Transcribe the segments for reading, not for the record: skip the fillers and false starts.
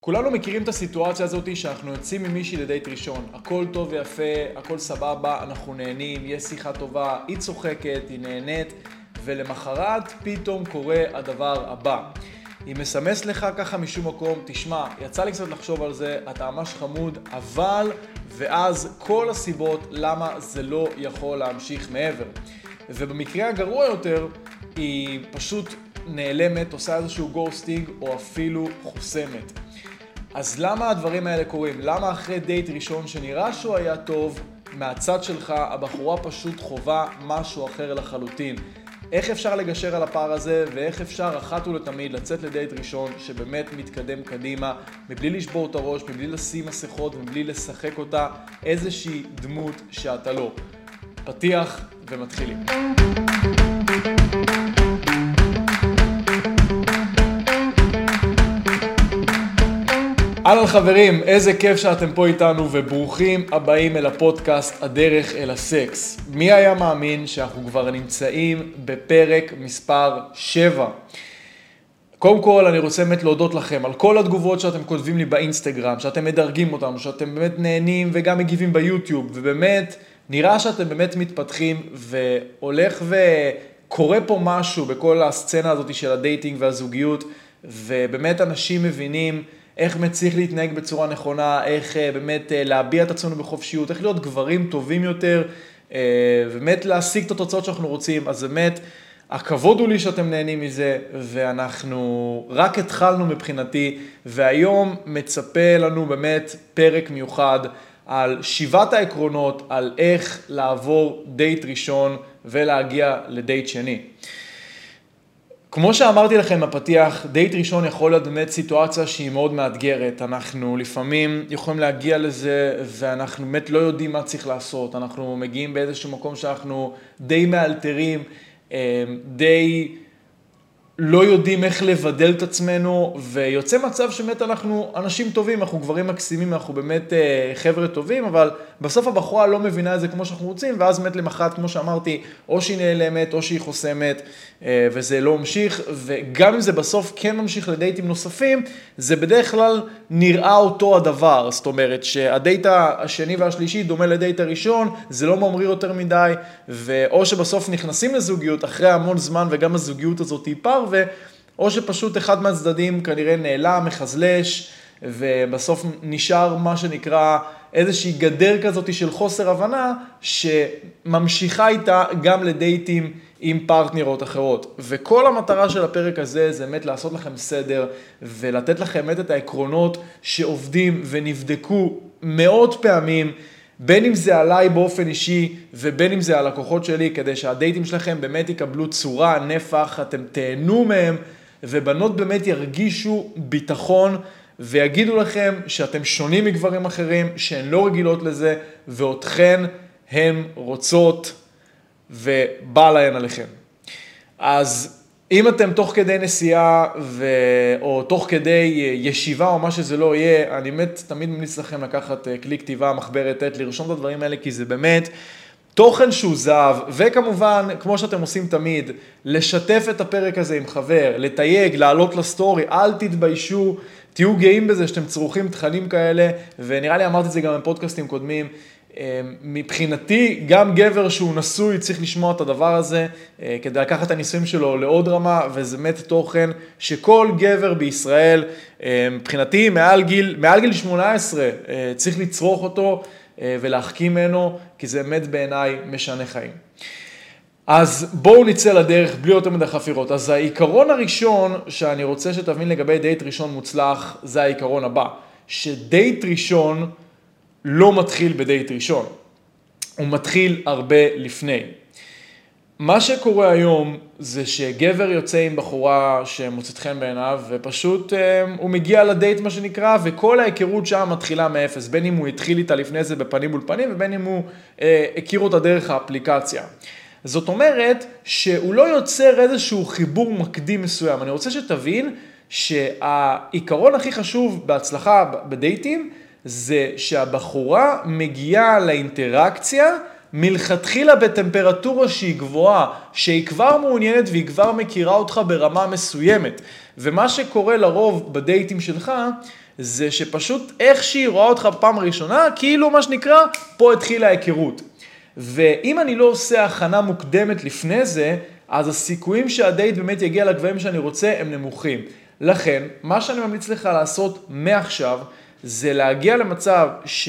כולנו מכירים את הסיטואציה הזאת שאנחנו יוצאים עם מישהי לדייט ראשון. הכל טוב ויפה, הכל סבבה, אנחנו נהנים, יש שיחה טובה, היא צוחקת, היא נהנית, ולמחרת פתאום קורה הדבר הבא. היא מסמס לך ככה משום מקום, תשמע, יצא לי קצת לחשוב על זה, אתה ממש חמוד, אבל, ואז כל הסיבות למה זה לא יכול להמשיך מעבר. ובמקרה הגרוע יותר, היא פשוט נעלמת, עושה איזשהו גוסטינג, או אפילו חוסמת. אז למה הדברים האלה קורים? למה אחרי דייט ראשון שנראה שהוא היה טוב, מהצד שלך הבחורה פשוט חובה משהו אחר לחלוטין? איך אפשר לגשר על הפער הזה, ואיך אפשר אחת ולתמיד לצאת לדייט ראשון שבאמת מתקדם קדימה, מבלי לשבור את הראש, מבלי לשים מסכות ומבלי לשחק אותה איזושהי דמות שאתה לא. פתיח ומתחילים. אהלן חברים, איזה כיף שאתם פה איתנו וברוכים הבאים אל הפודקאסט הדרך אל הסקס. מי היה מאמין שאנחנו כבר נמצאים בפרק מספר 7? קודם כל אני רוצה באמת להודות לכם על כל התגובות שאתם כותבים לי באינסטגרם, שאתם מדרגים אותם, שאתם באמת נהנים וגם מגיבים ביוטיוב, ובאמת נראה שאתם באמת מתפתחים והולך וקורה פה משהו בכל הסצנה הזאת של הדייטינג והזוגיות, ובאמת אנשים מבינים איך צריך להתנהג בצורה נכונה, איך באמת להביע את עצמנו בחופשיות, איך להיות גברים טובים יותר, באמת להשיג את התוצאות שאנחנו רוצים. אז באמת, הכבוד הוא לי שאתם נהנים מזה, ואנחנו רק התחלנו מבחינתי, והיום מצפה לנו באמת פרק מיוחד על 7 העקרונות, על איך לעבור דייט ראשון ולהגיע לדייט שני. כמו שאמרתי לכם בפתיח, דייט ראשון יכול להיות באמת סיטואציה שהיא מאוד מאתגרת. אנחנו לפעמים יכולים להגיע לזה ואנחנו באמת לא יודעים מה צריך לעשות. אנחנו מגיעים באיזשהו מקום שאנחנו די מאלתרים, די לא יודעים איך לבדל את עצמנו, ויוצא מצב שבאמת אנחנו אנשים טובים, אנחנו גברים מקסימים, אנחנו באמת חבר'ה טובים, אבל בסוף הבחורה לא מבינה את זה כמו שאנחנו רוצים, ואז באמת למחרת, כמו שאמרתי, או שהיא נעלמת, או שהיא חוסמת, וזה לא ממשיך, וגם אם זה בסוף כן ממשיך לדייטים נוספים, זה בדרך כלל נראה אותו הדבר, זאת אומרת שהדייט השני והשלישי דומה לדייט הראשון, זה לא ממריא יותר מדי, או שבסוף נכנסים לזוגיות אחרי המון זמן, וגם הזוגיות הזאת תיפר, או שפשוט אחד מהצדדים כנראה נעלם, מחזלש, ובסוף נשאר מה שנקרא איזושהי גדר כזאת של חוסר הבנה, שממשיכה איתה גם לדייטים עם פרטנרות אחרות. וכל המטרה של הפרק הזה זה באמת לעשות לכם סדר, ולתת לכם את העקרונות שעובדים ונבדקו מאות פעמים, בין אם זה עליי באופן אישי, ובין אם זה על לקוחות שלי, כדי שהדייטים שלכם באמת יקבלו צורה, נפח, אתם תהנו מהם, ובנות באמת ירגישו ביטחון, ויגידו לכם שאתם שונים מגברים אחרים, שהן לא רגילות לזה, ואותכן הן רוצות, ובא להן עליכם. אז אם אתם תוך כדי נסיעה, או תוך כדי ישיבה, או מה שזה לא יהיה, אני באמת תמיד ממליץ לכם לקחת כלי כתיבה, מחברת עט, לרשום את הדברים האלה, כי זה באמת תוכן שהוא זהב, וכמובן, כמו שאתם עושים תמיד, לשתף את הפרק הזה עם חבר, לתייג, לעלות לסטורי, אל תתביישו, תהיו גאים בזה שאתם צורכים תכנים כאלה, ונראה לי אמרתי את זה גם בפודקאסטים קודמים, מבחינתי, גם גבר שהוא נשוי צריך לשמוע את הדבר הזה, כדי לקחת את הניסויים שלו לעוד רמה, וזה באמת תוכן שכל גבר בישראל, מבחינתי, מעל גיל 18, צריך לצרוך אותו ולהחכים ממנו, כי זה באמת בעיניי משנה חיים. אז בואו נצא לדרך בלי יותר מדי חפירות. אז העיקרון הראשון שאני רוצה שתבין לגבי דייט ראשון מוצלח, זה העיקרון הבא, שדייט ראשון לא מתחיל בדייט ראשון, הוא מתחיל הרבה לפני. מה שקורה היום זה שגבר יוצא עם בחורה שמוצאת חן בעיניו, ופשוט הוא מגיע לדייט מה שנקרא, וכל ההיכרות שם מתחילה מאפס, בין אם הוא התחיל איתה לפני זה בפנים מול פנים, ובין אם הוא הכיר אותה דרך האפליקציה. זאת אומרת שהוא לא יוצר איזשהו חיבור מקדים מסוים. אני רוצה שתבין שהעיקרון הכי חשוב בהצלחה בדייטים, זה שהבחורה מגיעה לאינטראקציה מלכתחילה בטמפרטורה שהיא גבוהה, שהיא כבר מעוניינת והיא כבר מכירה אותך ברמה מסוימת. ומה שקורה לרוב בדייטים שלך, זה שפשוט איך שהיא רואה אותך בפעם הראשונה, כאילו מה שנקרא, פה התחילה ההיכרות. ואם אני לא עושה הכנה מוקדמת לפני זה, אז הסיכויים שהדייט באמת יגיע לגבהים שאני רוצה הם נמוכים. לכן, מה שאני ממליץ לך לעשות מעכשיו, זה להגיע למצב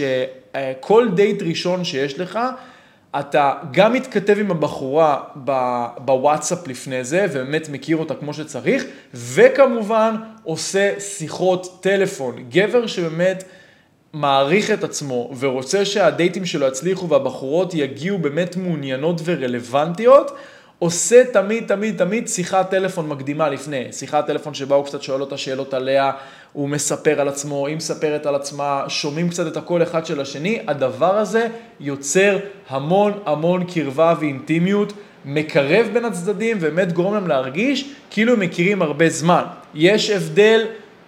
שכל דייט ראשון שיש לך, אתה גם מתכתב עם הבחורה בוואטסאפ לפני זה, ובאמת מכיר אותה כמו שצריך, וכמובן עושה שיחות טלפון. גבר שבאמת מעריך את עצמו ורוצה שהדייטים שלו יצליחו והבחורות יגיעו באמת מעוניינות ורלוונטיות, עושה תמיד שיחת טלפון מקדימה לפני. שיחת טלפון שבה הוא קצת שואל אותה שאלות עליה, הוא מספר על עצמו, היא מספרת על עצמה, שומעים קצת את הקול אחד של השני. הדבר הזה יוצר המון קרבה ואינטימיות, מקרב בין הצדדים ובאמת גורם להם להרגיש כאילו הם מכירים הרבה זמן. יש הבדל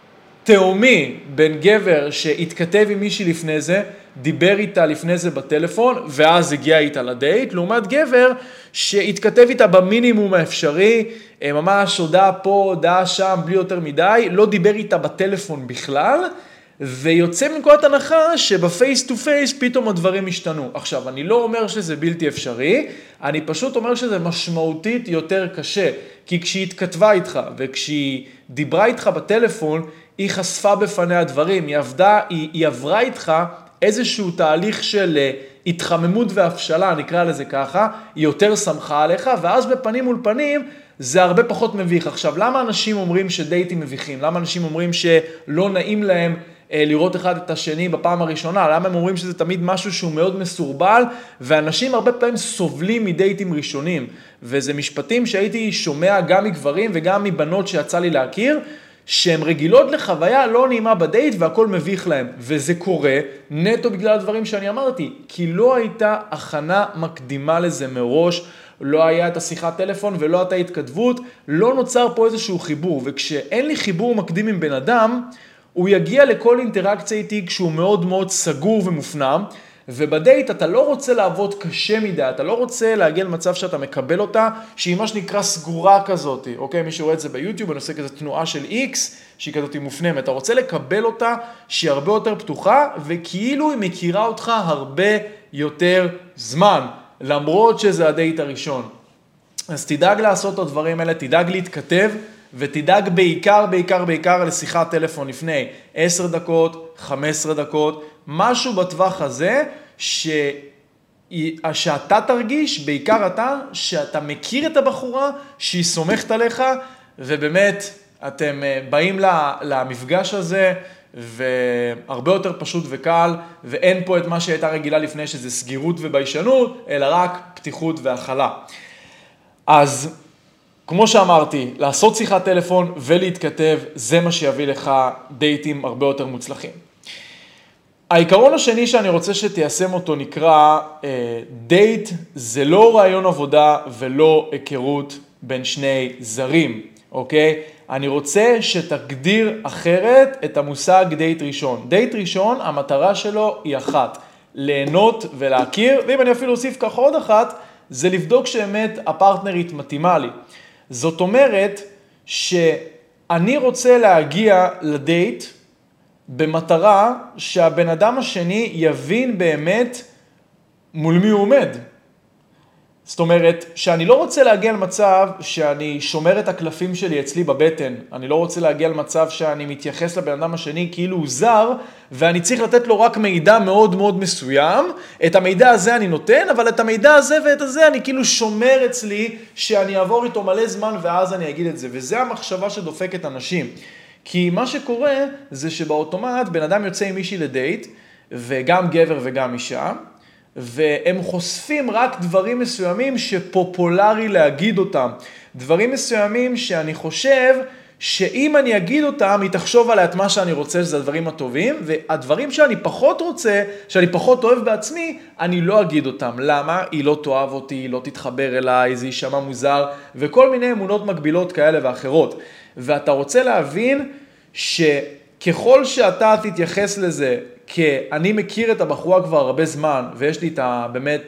תאומי בין גבר שהתכתב עם מישהי לפני זה, דיבר איתה לפני זה בטלפון, ואז הגיע איתה לדייט, לעומת גבר שהתכתב איתה במינימום האפשרי, ממש הודעה פה, הודעה שם, בלי יותר מדי, לא דיבר איתה בטלפון בכלל, ויוצא מנקודת הנחה שבפייס טו פייס פתאום הדברים השתנו. עכשיו, אני לא אומר שזה בלתי אפשרי, אני פשוט אומר שזה משמעותית יותר קשה, כי כשהיא התכתבה איתך וכשהיא דיברה איתך בטלפון, היא חשפה בפניה הדברים, היא עברה איתך איזשהו תהליך של התחממות והפשלה, נקרא לזה ככה, היא יותר שמחה עליך, ואז בפנים מול פנים זה הרבה פחות מביך. עכשיו, למה אנשים אומרים שדייטים מביכים? למה אנשים אומרים שלא נעים להם לראות אחד את השני בפעם הראשונה? למה הם אומרים שזה תמיד משהו שהוא מאוד מסורבל, ואנשים הרבה פעמים סובלים מדייטים ראשונים, וזה משפטים שהייתי שומע גם מגברים וגם מבנות שיצא לי להכיר, שהן רגילות לחוויה לא נעימה בדייט והכל מביך להם. וזה קורה נטו בגלל הדברים שאני אמרתי, כי לא הייתה הכנה מקדימה לזה מראש, לא היה את השיחת טלפון ולא הייתה התכתבות, לא נוצר פה איזשהו חיבור. וכשאין לי חיבור מקדים עם בן אדם, הוא יגיע לכל אינטראקציה איתי כשהוא מאוד סגור ומופנם, ובדייט אתה לא רוצה לעבוד קשה מדי, אתה לא רוצה להגיע למצב שאתה מקבל אותה, שהיא מה שנקרא סגורה כזאת, אוקיי? מי שרואה את זה ביוטיוב, אני עושה כזה תנועה של X, שהיא כזאת מופנמת, אתה רוצה לקבל אותה שהיא הרבה יותר פתוחה, וכאילו היא מכירה אותך הרבה יותר זמן, למרות שזה הדייט הראשון. אז תדאג לעשות את הדברים האלה, תדאג להתכתב, ותדאג בעיקר לשיחת טלפון לפני 10 דקות, 15 דקות, משהו בטווח הזה שאתה תרגיש, בעיקר אתה, שאתה מכיר את הבחורה, שהיא סומכת עליך, ובאמת אתם באים למפגש הזה, והרבה יותר פשוט וקל, ואין פה את מה שהייתה רגילה לפני, שזה סגירות וביישנות, אלא רק פתיחות והכלה. אז כמו שאמרתי, לעשות שיחת טלפון ולהתכתב, זה מה שיביא לך דייטים הרבה יותר מוצלחים. העיקרון השני שאני רוצה שתיישם אותו נקרא, דייט זה לא רעיון עבודה ולא היכרות בין שני זרים, אוקיי? אני רוצה שתגדיר אחרת את המושג דייט ראשון. דייט ראשון, המטרה שלו היא אחת, ליהנות ולהכיר, ואם אני אפילו אוסיף ככה עוד אחת, זה לבדוק שבאמת הפרטנרית מתאימה לי. זאת אומרת שאני רוצה להגיע לדייט במטרה שהבן אדם השני יבין באמת מול מי הוא עומד. זאת אומרת שאני לא רוצה להגיע למצב שאני שומר את הקלפים שלי אצלי בבטן. אני לא רוצה להגיע למצב שאני מתייחס לבן אדם השני כאילו הוא זר, ואני צריך לתת לו רק מידע מאוד מסוים. את המידע הזה אני נותן, אבל את המידע הזה ואת הזה אני כאילו שומר אצלי, שאני אעבור איתו מלא זמן ואז אני אגיד את זה. וזה המחשבה שדופקת אנשים. כי מה שקורה זה שבאוטומט בן אדם יוצא עם מישהי לדייט, וגם גבר וגם אישה, והם חושפים רק דברים מסוימים שפופולרי להגיד אותם. דברים מסוימים שאני חושב שאם אני אגיד אותם, היא תחשוב עליה את מה שאני רוצה, שזה הדברים הטובים, והדברים שאני פחות רוצה, שאני פחות אוהב בעצמי, אני לא אגיד אותם. למה? היא לא תאהב אותי, היא לא תתחבר אליי, זה יישמע מוזר, וכל מיני אמונות מקבילות כאלה ואחרות. ואתה רוצה להבין שככל שאתה תתייחס לזה, כי אני מכיר את הבחורה כבר הרבה זמן, ויש לי את באמת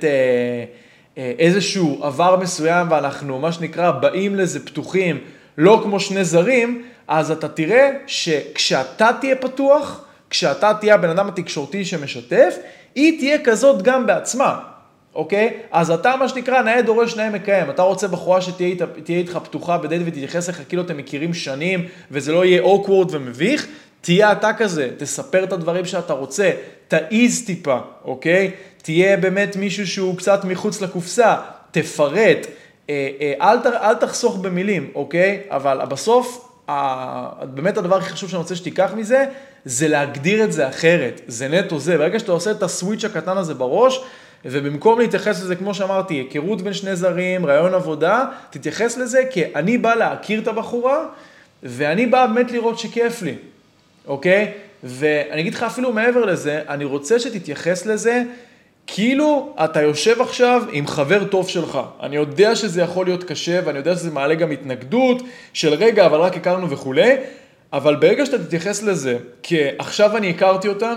איזשהו עבר מסוים, ואנחנו מה שנקרא באים לזה פתוחים, לא כמו שני זרים, אז אתה תראה שכשאתה תהיה פתוח, כשאתה תהיה הבן אדם התקשורתי שמשתף, היא תהיה כזאת גם בעצמה, אוקיי? אז אתה מה שנקרא נאה דורש נאה מקיים, אתה רוצה בחורה שתהיה איתך פתוחה בדייט ותתייחס לך כאילו אתם מכירים שנים, וזה לא יהיה awkward ומביך, תהיה אתה כזה, תספר את הדברים שאתה רוצה, תעיז טיפה, אוקיי? תהיה באמת מישהו שהוא קצת מחוץ לקופסה, תפרט, אל תחסוך במילים, אוקיי? אבל בסוף, באמת הדבר הכי חשוב שאני רוצה שתיקח מזה, זה להגדיר את זה אחרת, זה נטו זה, ברגע שאתה עושה את הסוויץ' הקטן הזה בראש, ובמקום להתייחס לזה, כמו שאמרתי, היכרות בין שני זרים, רעיון עבודה, תתייחס לזה כי אני בא להכיר את הבחורה, ואני בא באמת לראות שכיף לי, אוקיי? ואני אגיד לך אפילו מעבר לזה, אני רוצה שתתייחס לזה, כאילו אתה יושב עכשיו עם חבר טוב שלך. אני יודע שזה יכול להיות קשה, ואני יודע שזה מעלה גם התנגדות של רגע, אבל רק הכרנו וכו'. אבל ברגע שאתה תתייחס לזה, כי עכשיו אני הכרתי אותה,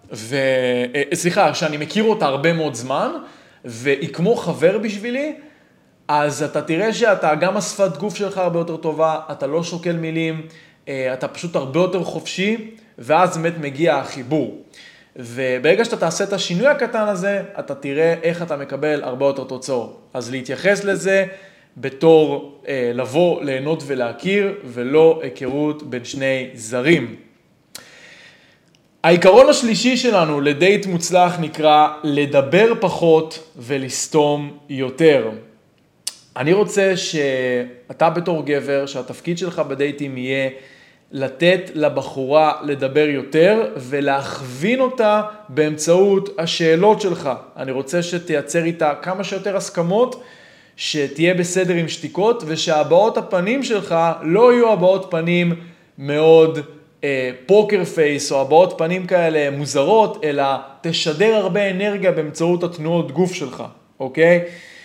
שאני מכיר אותה הרבה מאוד זמן, והיא כמו חבר בשבילי, אז אתה תראה שאתה גם השפת גוף שלך הרבה יותר טובה, אתה לא שוקל מילים, אתה פשוט הרבה יותר חופשי, ואז באמת מגיע החיבור. וברגע שאתה תעשה את השינוי הקטן הזה, אתה תראה איך אתה מקבל הרבה יותר תוצאות. אז להתייחס לזה בתור לבוא, ליהנות ולהכיר, ולא היכרות בין שני זרים. העיקרון השלישי שלנו לדייט מוצלח נקרא לדבר פחות ולסתום יותר. אני רוצה שאתה בתור גבר, שהתפקיד שלך בדייטים יהיה לתת לבחורה לדבר יותר ולהכווין אותה באמצעות השאלות שלך. אני רוצה שתייצר איתה כמה שיותר הסכמות, שתהיה בסדר עם שתיקות, ושהבעות הפנים שלך לא יהיו הבעות פנים מאוד פוקר פייס, או הבעות פנים כאלה מוזרות, אלא תשדר הרבה אנרגיה באמצעות התנועות גוף שלך, אוקיי?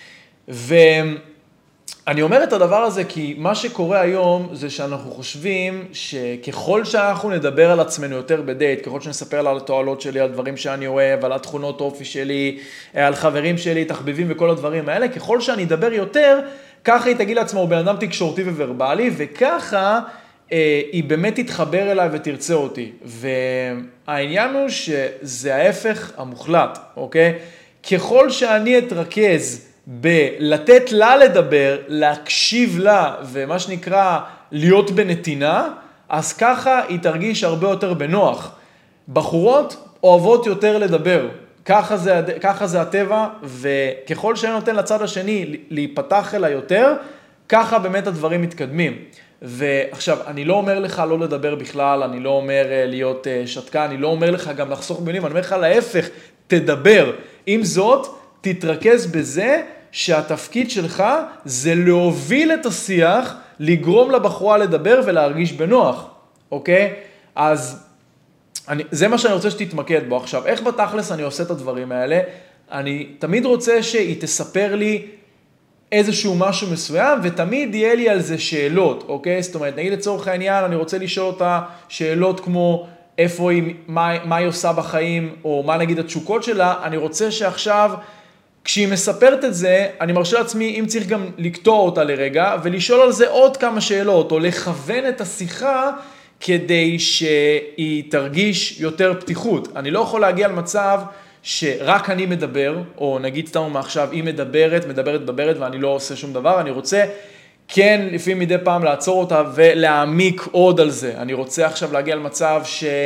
אני אומר את הדבר הזה כי מה שקורה היום זה שאנחנו חושבים שככל שאנחנו נדבר על עצמנו יותר בדייט, ככל שנספר על התועלות שלי, על דברים שאני אוהב, על התכונות אופי שלי, על חברים שלי, תחביבים וכל הדברים האלה, ככל שאני אדבר יותר, ככה היא תגיד לעצמה, הוא בן אדם תקשורתי וורבלי, וככה היא באמת תתחבר אליי ותרצה אותי. והעניין הוא שזה ההפך המוחלט, אוקיי? ככל שאני אתרכז בלתת לה לדבר, להקשיב לה, ומה שנקרא להיות בנתינה, אז ככה היא תרגיש הרבה יותר בנוח. בחורות אוהבות יותר לדבר, ככה זה הטבע, וככל שאני נותן לצד השני להיפתח אליי יותר, ככה באמת הדברים מתקדמים. ועכשיו, אני לא אומר לך לא לדבר בכלל, אני לא אומר להיות שתקה, אני לא אומר לך גם לחסוך מילים, אני אומר לך להפך, תדבר. עם זאת, תתרכז בזה שהתפקיד שלך זה להוביל את השיח, לגרום לבחורה לדבר ולהרגיש בנוח, אוקיי? אז זה מה שאני רוצה שתתמקד בו. עכשיו, איך בתכלס אני עושה את הדברים האלה? אני תמיד רוצה שהיא תספר לי איזשהו משהו מסוים, ותמיד יהיה לי על זה שאלות, אוקיי? זאת אומרת, נגיד לצורך העניין, אני רוצה לשאול אותה שאלות כמו איפה היא, מה היא עושה בחיים, או מה נגיד התשוקות שלה, אני רוצה שעכשיו, כשהיא מספרת את זה, אני מרשה לעצמי, אם צריך גם לקטוע אותה לרגע, ולשאול על זה עוד כמה שאלות, או לכוון את השיחה, כדי שהיא תרגיש יותר פתיחות. אני לא יכול להגיע למצב שרק אני מדבר, או נגיד סתם מעכשיו, היא מדברת, ואני לא עושה שום דבר, אני רוצה כן, לפעמים מדי פעם לעצור אותה ולהעמיק עוד על זה. אני רוצה עכשיו להגיע למצב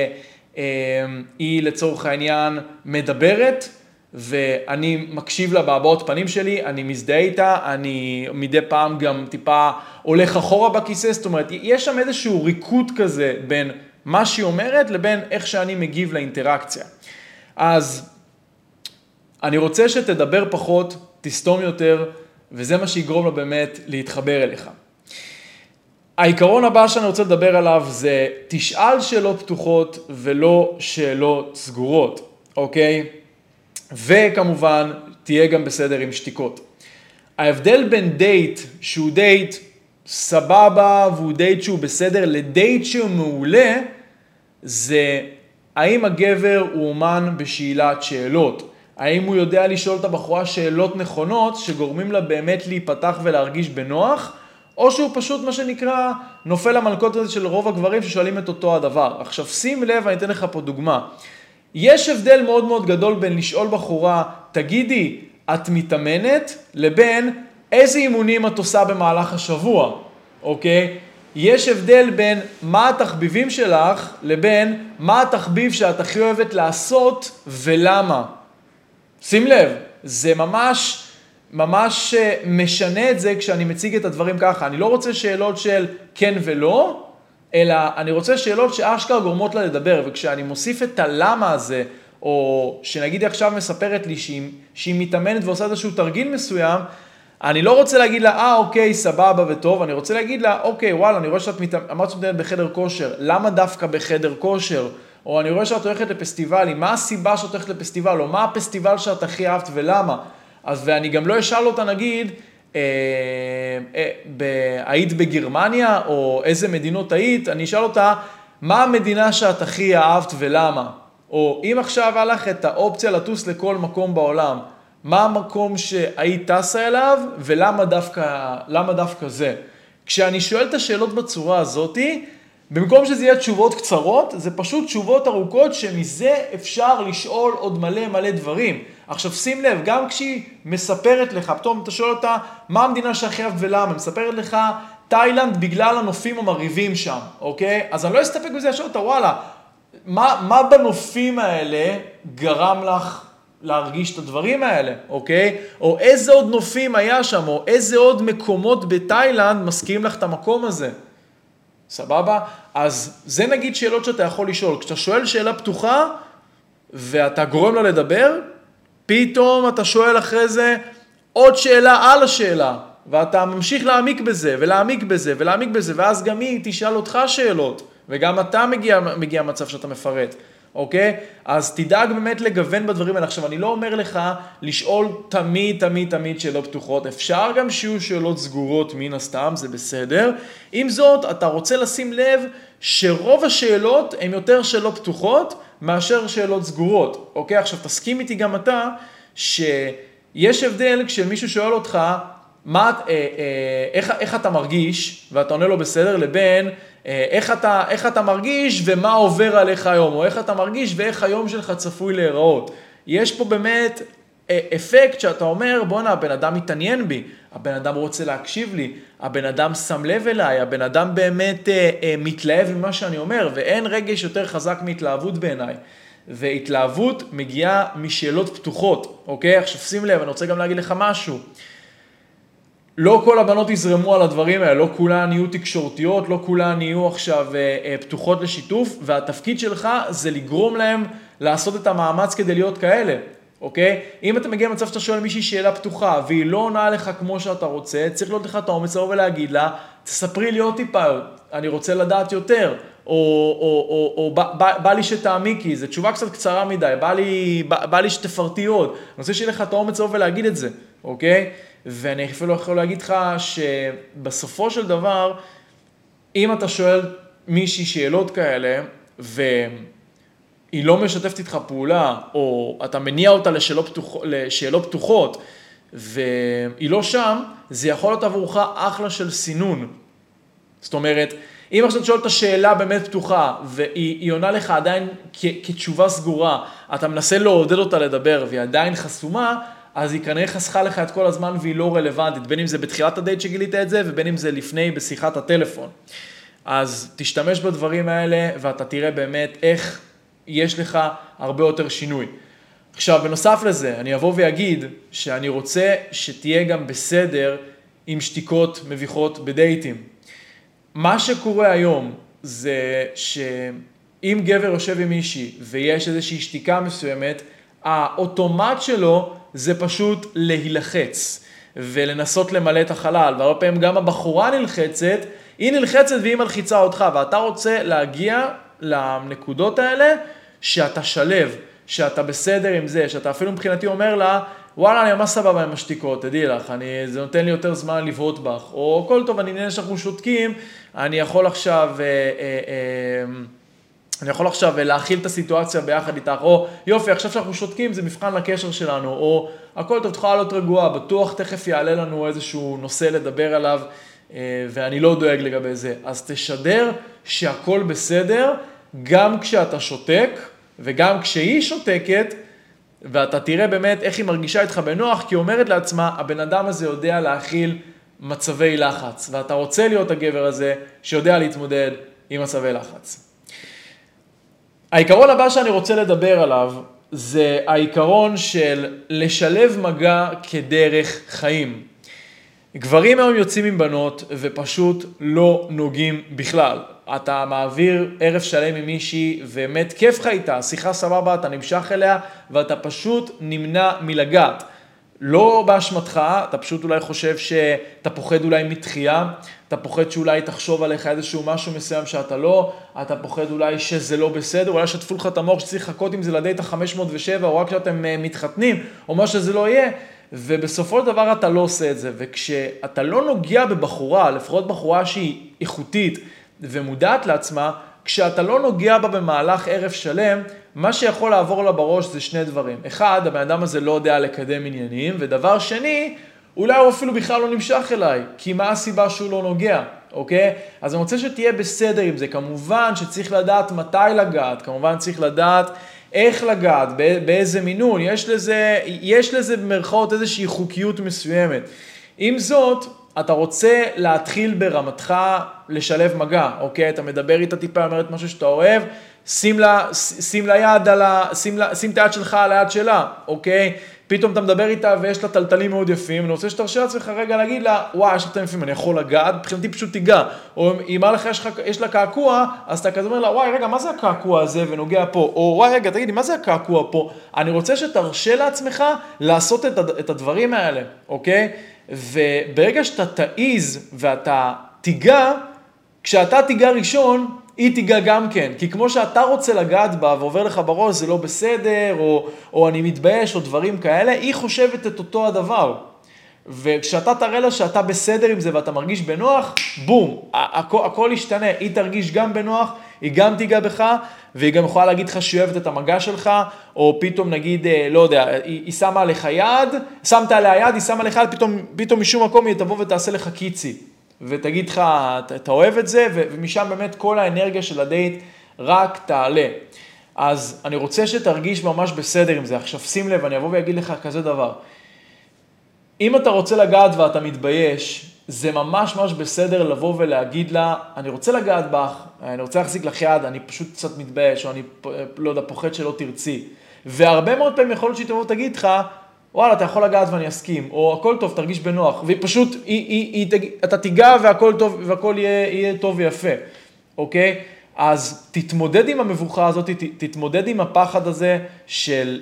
שהיא לצורך העניין מדברת, ואני מקשיב לה בהבעות פנים שלי, אני מזדהה איתה, אני מדי פעם גם טיפה הולך אחורה בכיסא, זאת אומרת, יש שם איזשהו ריקוד כזה בין מה שהיא אומרת לבין איך שאני מגיב לאינטראקציה. אז אני רוצה שתדבר פחות, תסתום יותר, וזה מה שיגרום לה באמת להתחבר אליך. העיקרון הבא שאני רוצה לדבר עליו זה תשאל שאלות פתוחות ולא שאלות סגורות, אוקיי? וכמובן תהיה גם בסדר עם שתיקות. ההבדל בין דייט שהוא דייט סבבה והוא דייט שהוא בסדר לדייט שהוא מעולה, זה האם הגבר הוא אומן בשאלת שאלות. האם הוא יודע לשאול את הבחורה שאלות נכונות שגורמים לה באמת להיפתח ולהרגיש בנוח, או שהוא פשוט מה שנקרא נופל למלכודת הזה של רוב הגברים ששואלים את אותו הדבר. עכשיו שים לב, אני אתן לך פה דוגמה. יש הבדל מאוד מאוד גדול בין לשאול בחורה, תגידי, את מתאמנת? לבין איזה אימונים את עושה במהלך השבוע, אוקיי? יש הבדל בין מה התחביבים שלך לבין מה התחביב שאת הכי אוהבת לעשות ולמה. שים לב, זה ממש משנה את זה כשאני מציג את הדברים ככה. אני לא רוצה שאלות של כן ולא, אלא אני רוצה שאלות שאשכרה גורמות לה לדבר, וכשאני מוסיף את הלמה הזה, או שנגיד היא עכשיו מספרת לי שהיא מתאמנת ועושה איזשהו תרגיל מסוים, אני לא רוצה להגיד לה, אוקיי, סבבה וטוב, אני רוצה להגיד לה, אוקיי, וואלה, אני רואה שאת מתאמנת בחדר כושר, למה דווקא בחדר כושר? או אני רואה שאת הולכת לפסטיבלים, מה הסיבה שאת הולכת לפסטיבל, או מה הפסטיבל שאת הכי אהבת ולמה? ואני גם לא אשאל אותה, נגיד, היית בגרמניה, או איזה מדינות היית, אני אשאל אותה, מה המדינה שאת הכי אהבת ולמה? או אם עכשיו היה לך את האופציה לטוס לכל מקום בעולם, מה המקום שהיית טסה אליו, ולמה דווקא זה? כשאני שואל את השאלות בצורה הזאת, במקום שזה יהיה תשובות קצרות, זה פשוט תשובות ארוכות שמזה אפשר לשאול עוד מלא דברים. עכשיו שים לב, גם כשהיא מספרת לך, פתאום אתה שואל אותה, מה המדינה שהכי אהבת ולמה? מספרת לך, תאילנד בגלל הנופים המריבים שם, אוקיי? אז אני לא אסתפק בזה, אני שואל אותה, וואלה, מה בנופים האלה גרם לך להרגיש את הדברים האלה, אוקיי? או איזה עוד נופים היה שם, או איזה עוד מקומות בתאילנד מזכירים לך את המקום הזה. סבבה? אז זה נגיד שאלות שאתה יכול לשאול. כשאתה שואל שאלה פתוחה, ואתה גורם לה לדבר, פתאום אתה שואל אחרי זה עוד שאלה על השאלה, ואתה ממשיך להעמיק בזה, ולהעמיק בזה, ולהעמיק בזה, ואז גם היא תשאל אותך שאלות, וגם אתה מגיע מצב שאתה מפרט. אוקיי? אז תדאג באמת לגוון בדברים האלה. עכשיו, אני לא אומר לך לשאול תמיד שאלות פתוחות. אפשר גם שיהיו שאלות סגורות מן הסתם, זה בסדר. עם זאת, אתה רוצה לשים לב שרוב השאלות הן יותר שאלות פתוחות מאשר שאלות סגורות. אוקיי? עכשיו, תסכים איתי גם אתה שיש הבדל כשמישהו שואל אותך איך אתה מרגיש, ואתה עונה לו בסדר, לבין איך אתה מרגיש ומה עובר עליך היום, או איך אתה מרגיש ואיך היום שלך צפוי להיראות. יש פה באמת אפקט שאתה אומר, בוא'נה, הבן אדם מתעניין בי, הבן אדם רוצה להקשיב לי, הבן אדם שם לב אליי, הבן אדם באמת מתלהב ממה שאני אומר, ואין רגש יותר חזק מהתלהבות בעיניי. והתלהבות מגיעה משאלות פתוחות, אוקיי? עכשיו שים לב, אני רוצה גם להגיד לך משהו. לא כל הבנות יזרמו על הדברים האלה, לא כולן יהיו תקשורתיות, לא כולן יהיו עכשיו פתוחות לשיתוף, והתפקיד שלך זה לגרום להם לעשות את המאמץ כדי להיות כאלה, אוקיי? אם אתה מגיע למצב שאתה שואל מישהי שאלה פתוחה, והיא לא עונה לך כמו שאתה רוצה, צריך להיות לך את האומץ לבוא ולהגיד לה, תספרי לי עוד טיפה, אני רוצה לדעת יותר, או בא לי שתעמיקי, זו תשובה קצת קצרה מדי, בא לי שתפרטי עוד, אני רוצה שיהיה לך את האומץ לבוא ולהגיד את זה, אוקיי? ואני אפילו יכול להגיד לך שבסופו של דבר, אם אתה שואל מישהי שאלות כאלה, והיא לא משתפת איתך פעולה, או אתה מניע אותה לשאלות פתוחות, והיא לא שם, זה יכול להיות עבורך אחלה של סינון. זאת אומרת, אם עכשיו שואל את השאלה באמת פתוחה, והיא עונה לך עדיין כתשובה סגורה, אתה מנסה לעודד אותה לדבר, והיא עדיין חסומה, אז היא כנראה חסכה לך את כל הזמן והיא לא רלוונטית, בין אם זה בתחילת הדייט שגילית את זה, ובין אם זה לפני בשיחת הטלפון. אז תשתמש בדברים האלה, ואתה תראה באמת איך יש לך הרבה יותר שינוי. עכשיו, בנוסף לזה, אני אבוא ואגיד שאני רוצה שתהיה גם בסדר עם שתיקות מביכות בדייטים. מה שקורה היום זה שאם גבר יושב עם מישהי ויש איזושהי שתיקה מסוימת, האוטומט שלו זה פשוט להילחץ ולנסות למלא את החלל, והרבה פעמים גם הבחורה נלחצת, היא נלחצת והיא מלחיצה אותך, ואתה רוצה להגיע לנקודות האלה שאתה שלב, שאתה בסדר עם זה, שאתה אפילו מבחינתי אומר לה, וואלה, אני ממש סבבה עם השתיקות, תדעי לך, זה נותן לי יותר זמן לבהות בך, או כל טוב, אני נהנה שאנחנו שותקים, אני יכול עכשיו להכיל את הסיטואציה ביחד איתך, או יופי, עכשיו שאנחנו שותקים, זה מבחן לקשר שלנו, או הכל טוב, תוכל להיות רגועה, בטוח תכף יעלה לנו איזשהו נושא לדבר עליו, ואני לא דואג לגבי זה. אז תשדר שהכל בסדר, גם כשאתה שותק, וגם כשהיא שותקת, ואתה תראה באמת איך היא מרגישה איתך בנוח, כי היא אומרת לעצמה, הבן אדם הזה יודע להכיל מצבי לחץ, ואתה רוצה להיות הגבר הזה שיודע להתמודד עם מצבי לחץ. העיקרון הבא שאני רוצה לדבר עליו, זה העיקרון של לשלב מגע כדרך חיים. גברים היום יוצאים עם בנות ופשוט לא נוגעים בכלל. אתה מעביר ערב שלם עם מישהי ובאמת כיף לך איתה, שיחה סבבה, אתה נמשך אליה ואתה פשוט נמנע מלגעת. לא באשמתך, אתה פשוט אולי חושב שאתה פוחד אולי מתחייה, אתה פוחד שאולי תחשוב עליך איזשהו משהו מסוים שאתה לא, אתה פוחד אולי שזה לא בסדר, אולי שתפו לך את המוח שצריך לחכות עם זה לדייט ה-507 או רק כשאתם מתחתנים או מה שזה לא יהיה, ובסופו של דבר אתה לא עושה את זה, וכשאתה לא נוגע בבחורה, לפחות בחורה שהיא איכותית ומודעת לעצמה, כשאתה לא נוגע בה במהלך ערב שלם, מה שיכול לעבור לה בראש זה שני דברים. אחד, הבן אדם הזה לא יודע לקדם עניינים, ודבר שני, אולי הוא אפילו בכלל לא נמשך אליי, כי מה הסיבה שהוא לא נוגע, אוקיי? אז אני רוצה שתהיה בסדר עם זה, כמובן שצריך לדעת מתי לגעת, כמובן צריך לדעת איך לגעת, באיזה מינון, יש לזה במרכאות איזושהי חוקיות מסוימת. עם זאת, אתה רוצה להתחיל ברמתך לשלב מגע, אוקיי? אתה מדבר איתה טיפה, אומרת משהו שאתה אוהב, שים את היד שלך על היד שלה, אוקיי? פתאום אתה מדבר איתה ויש לה טלטלים מאוד יפים, אני רוצה שתרשה לעצמך רגע להגיד לה, וואי, יש לה טלטלים יפים, אני יכול לגעת, מבחינתי פשוט תיגע. או אם אמר לך יש לה קעקוע, אז אתה כזה אומר לה, וואי, רגע, מה זה הקעקוע הזה ונוגע פה? או וואי, רגע, תגידי, מה זה הקעקוע פה? אני רוצה שתרשה לעצמך לעשות את הדברים האלה, אוקיי? וברגע שאתה תעיז ואתה תיגע, כשאתה תיגע ראשון, היא תיגע גם כן, כי כמו שאתה רוצה לגעת בה ועובר לך בראש, זה לא בסדר, או אני מתבייש, או דברים כאלה, היא חושבת את אותו הדבר. וכשאתה תראה לה שאתה בסדר עם זה ואתה מרגיש בנוח, בום, הכל ישתנה, היא תרגיש גם בנוח, היא גם תיגע בך, והיא גם יכולה להגיד לך שהיא אוהבת את המגע שלך, או פתאום נגיד, לא יודע, היא שמה עליך יד, שמת עליה יד, היא שמה עליך יד, פתאום משום מקום היא תבוא ותעשה לך קיצי. ותגיד לך, אתה אוהב את זה, ומשם באמת כל האנרגיה של הדייט רק תעלה. אז אני רוצה שתרגיש ממש בסדר עם זה. עכשיו שים לב, אני אבוא ויגיד לך כזה דבר. אם אתה רוצה לגעת ואתה מתבייש, זה ממש ממש בסדר לבוא ולהגיד לה, אני רוצה לגעת בך, אני רוצה להחזיק לך יד, אני פשוט קצת מתבייש, או אני לא יודע, פוחד שלא תרצי. והרבה מאוד פעמים יכול להיות שהיא תבוא ותגיד לך, וואלה, אתה יכול לגעת ואני אסכים, או הכל טוב, תרגיש בנוח, ופשוט אתה תיגע והכל טוב, והכל יהיה טוב ויפה, אוקיי? אז תתמודד עם המבוכה הזאת, תתמודד עם הפחד הזה של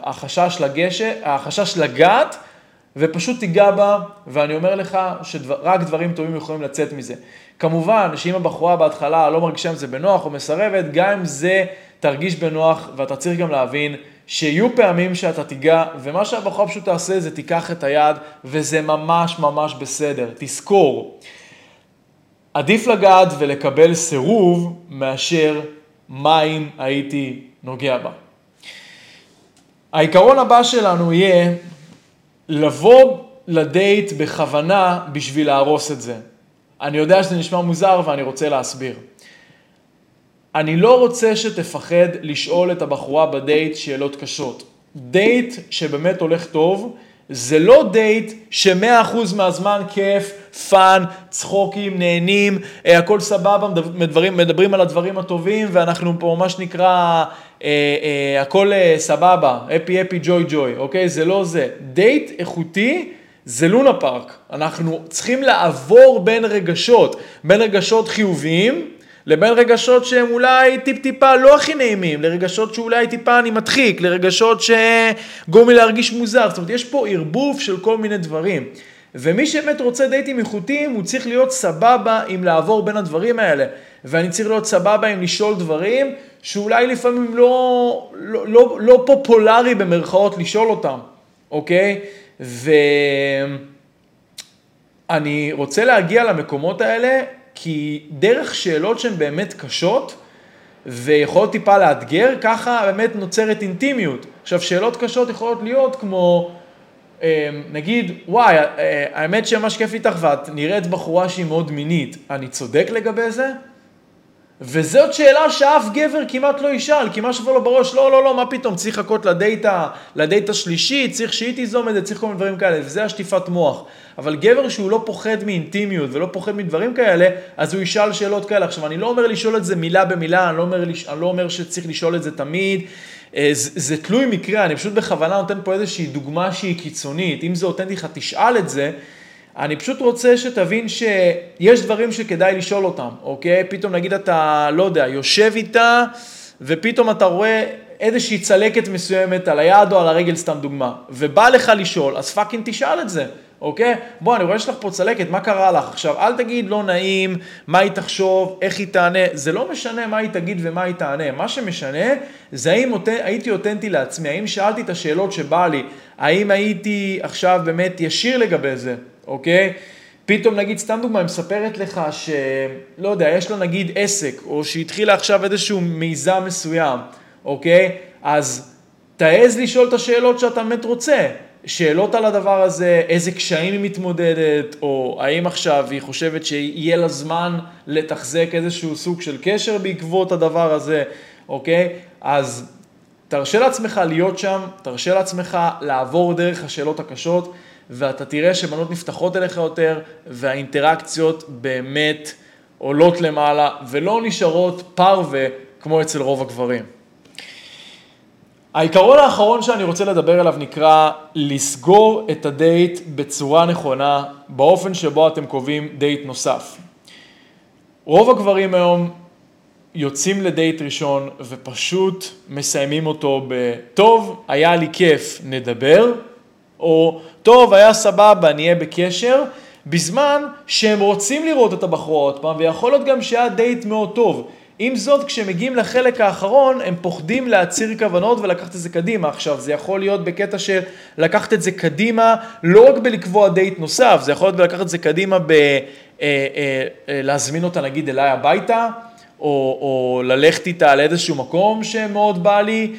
החשש לגעת, ופשוט תיגע בה, ואני אומר לך שרק דברים טובים יכולים לצאת מזה. כמובן, שאם הבחורה בהתחלה לא מרגישה עם זה בנוח או מסרבת, גם אם זה תרגיש בנוח, ואתה צריך גם להבין שיהיו פעמים שאתה תיגע, ומה שהבחורה פשוט תעשה זה תיקח את היד, וזה ממש ממש בסדר. תזכור, עדיף לגעת ולקבל סירוב, מאשר מה אם הייתי נוגע בה. העיקרון הבא שלנו יהיה לבוא לדייט בכוונה בשביל להרוס את זה. אני יודע שזה נשמע מוזר ואני רוצה להסביר. אני לא רוצה שתפחד לשאול את הבחורה בדייט שאלות קשות. דייט שבאמת הולך טוב, זה לא דייט ש100% מהזמן כיף, פן, צחוקים, נהנים, הכל סבבה, מדברים על הדברים הטובים, ואנחנו פה ממש נקרא הכל סבבה, happy, joy, אוקיי? זה לא זה. דייט איכותי זה לונה פארק. אנחנו צריכים לעבור בין רגשות חיוביים, לבין רגשות שהם אולי טיפה לא הכי נעימים, לרגשות שאולי טיפה אני מדחיק, לרגשות שגורמים להרגיש מוזר. זאת אומרת, יש פה ערבוב של כל מיני דברים. ומי שבאמת רוצה דייטים איכותיים, הוא צריך להיות סבבה עם לעבור בין הדברים האלה. ואני צריך להיות סבבה עם לשאול דברים, שאולי לפעמים לא פופולרי במרכאות לשאול אותם. אוקיי? ואני רוצה להגיע למקומות האלה, כי דרך שאלות שהן באמת קשות, ויכולות טיפה לאתגר, ככה באמת נוצרת אינטימיות. עכשיו, שאלות קשות יכולות להיות כמו, נגיד, וואי, האמת שממש כיף איתך ואת נראית בחורה שהיא מאוד מינית, אני צודק לגבי זה? וזאת שאלה שאף גבר כמעט לא ישאל, כי מה שבר לו בראש, לא, מה פתאום, צריך לחכות לדייט השלישי, צריך שהיא תיזום את זה, צריך כל מיני דברים כאלה, וזה השטיפת מוח. אבל גבר שהוא לא פוחד מאינטימיות ולא פוחד מדברים כאלה, אז הוא ישאל שאלות כאלה. עכשיו, אני לא אומר לשאול את זה מילה במילה, אני לא אומר שצריך לשאול את זה תמיד, זה תלוי מקרה, אני פשוט בכוונה נותן פה איזושהי דוגמה שהיא קיצונית, אם זה אותנטי לך תשאל את זה, אני פשוט רוצה שתבין שיש דברים שכדאי לשאול אותם, אוקיי? פתאום נגיד אתה, לא יודע, יושב איתה, ופתאום אתה רואה איזושהי צלקת מסוימת על היד או על הרגל, סתם דוגמה, ובא לך לשאול, אז פאקינג תשאל את זה, אוקיי? בוא, אני רואה שלך פה צלקת, מה קרה לך? עכשיו, אל תגיד לא נעים, מה היא תחשוב, איך היא תענה, זה לא משנה מה היא תגיד ומה היא תענה, מה שמשנה זה האם הייתי אותנטי לעצמי, האם שאלתי את השאלות שבא לי, האם הייתי עכשיו באמת ישיר לגבי זה, אוקיי? פתאום נגיד, סתם דוגמה, היא מספרת לך שלא יודע, יש לה נגיד עסק, או שהתחילה עכשיו איזשהו מיזם מסוים, אוקיי? אז תעז לשאול את השאלות שאתה באמת רוצה. שאלות על הדבר הזה, איזה קשיים היא מתמודדת, או האם עכשיו היא חושבת שיהיה לה זמן לתחזק איזשהו סוג של קשר בעקבות הדבר הזה, אוקיי? אז תרשה לעצמך להיות שם, תרשה לעצמך לעבור דרך השאלות הקשות, ואתה תראה שבנות נפתחות אליך יותר, והאינטראקציות באמת עולות למעלה, ולא נשארות פרווה כמו אצל רוב הגברים. העיקרון האחרון שאני רוצה לדבר עליו נקרא לסגור את הדייט בצורה נכונה, באופן שבו אתם קובעים דייט נוסף. רוב הגברים היום יוצאים לדייט ראשון ופשוט מסיימים אותו בטוב, היה לי כיף, נדבר, או טוב, היה סבבה, נהיה בקשר, בזמן שהם רוצים לראות את הבחורה עוד פעם, ויכול להיות גם שהיה דייט מאוד טוב. עם זאת, כשמגיעים לחלק האחרון, הם פוחדים להציר כוונות ולקחת את זה קדימה. עכשיו, זה יכול להיות בקטע של לקחת את זה קדימה, לא רק בלקבוע דייט נוסף, זה יכול להיות בלקחת את זה קדימה להזמין אותה, נגיד, אליי הביתה, או ללכת איתה על איזשהו מקום שמאוד בא לי,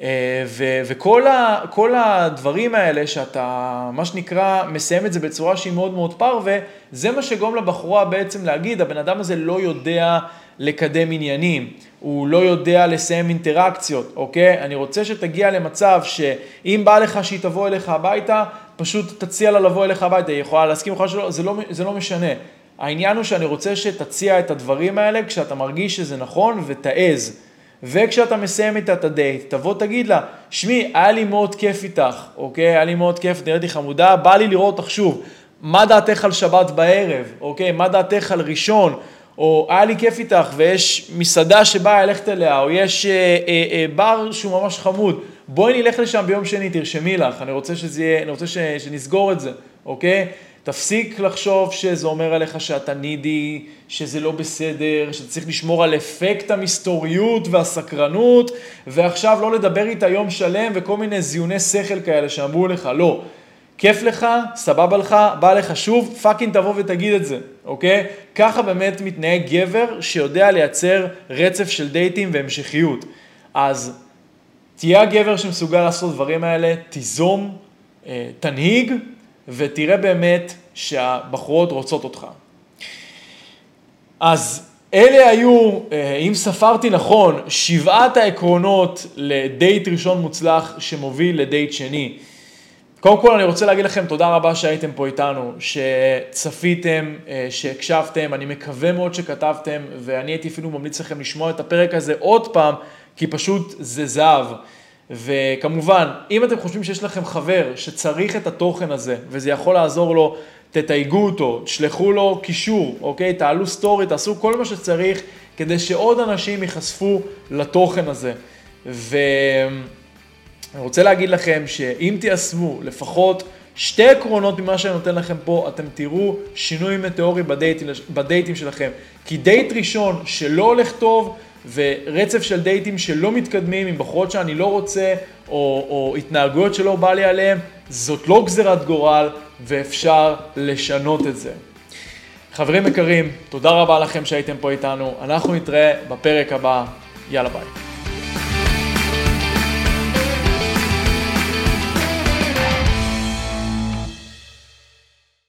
וכל הדברים האלה שאתה, מה שנקרא, מסיים את זה בצורה שהיא מאוד מאוד פרווה, זה מה שגורם לבחורה בעצם להגיד, הבן אדם הזה לא יודע לקדם עניינים, הוא לא יודע לסיים אינטראקציות, אוקיי? אני רוצה שתגיע למצב שאם בא לך שהיא תבוא אליך הביתה, פשוט תציע לה לבוא אליך הביתה, היא יכולה להסכים לך שלא, זה לא משנה. העניין הוא שאני רוצה שתציע את הדברים האלה כשאתה מרגיש שזה נכון ותעז. וכשאתה מסיים איתה את הדייט, תבוא תגיד לה, שמי, היה לי מאוד כיף איתך, אוקיי? היה לי מאוד כיף, נראיתי חמודה, בא לי לראות אותך שוב. מה דעתך על שבת בערב, אוקיי? מה דעתך על ראשון? או היה לי כיף איתך ויש מסעדה שבאה ללכת אליה, או יש בר שהוא ממש חמוד. בואי נלך לשם ביום שני, תרשמי לך, אני רוצה שנסגור את זה, אוקיי? תפסיק לחשוב שזה אומר עליך שאתה נידי, שזה לא בסדר, שאתה צריך לשמור על אפקט המסתוריות והסקרנות, ועכשיו לא לדבר איתה יום שלם וכל מיני זיוני שכל כאלה שאמרו לך, לא. כיף לך, סבבה לך, בא לך שוב, פאקינג תבוא ותגיד את זה, אוקיי? ככה באמת מתנהג גבר שיודע לייצר רצף של דייטים והמשכיות. אז תהיה הגבר שמסוגל לעשות דברים האלה, תיזום, תנהיג, ותראה באמת שהבחורות רוצות אותך. אז אלה היו, אם ספרתי נכון, 7 העקרונות לדייט ראשון מוצלח שמוביל לדייט שני. קודם כל אני רוצה להגיד לכם תודה רבה שהייתם פה איתנו, שצפיתם, שהקשבתם, אני מקווה מאוד שכתבתם, ואני הייתי אפילו ממליץ לכם לשמוע את הפרק הזה עוד פעם, כי פשוט זה זהב. וכמובן, אם אתם חושבים שיש לכם חבר שצריך את התוכן הזה, וזה יכול לעזור לו, תתייגו אותו, תשלחו לו קישור, אוקיי? תעלו סטורי, תעשו כל מה שצריך, כדי שעוד אנשים ייחשפו לתוכן הזה. אני רוצה להגיד לכם שאם תיישמו לפחות 2 עקרונות ממה שאני נותן לכם פה, אתם תראו שינוי מטאורי בדייטים שלכם. כי דייט ראשון שלא הולך טוב, ורצף של דייטים שלא מתקדמים עם בחורות שאני לא רוצה, או התנהגויות שלא בא לי עליהם, זאת לא גזירת גורל, ואפשר לשנות את זה. חברים יקרים, תודה רבה לכם שהייתם פה איתנו. אנחנו נתראה בפרק הבא. יאללה ביי.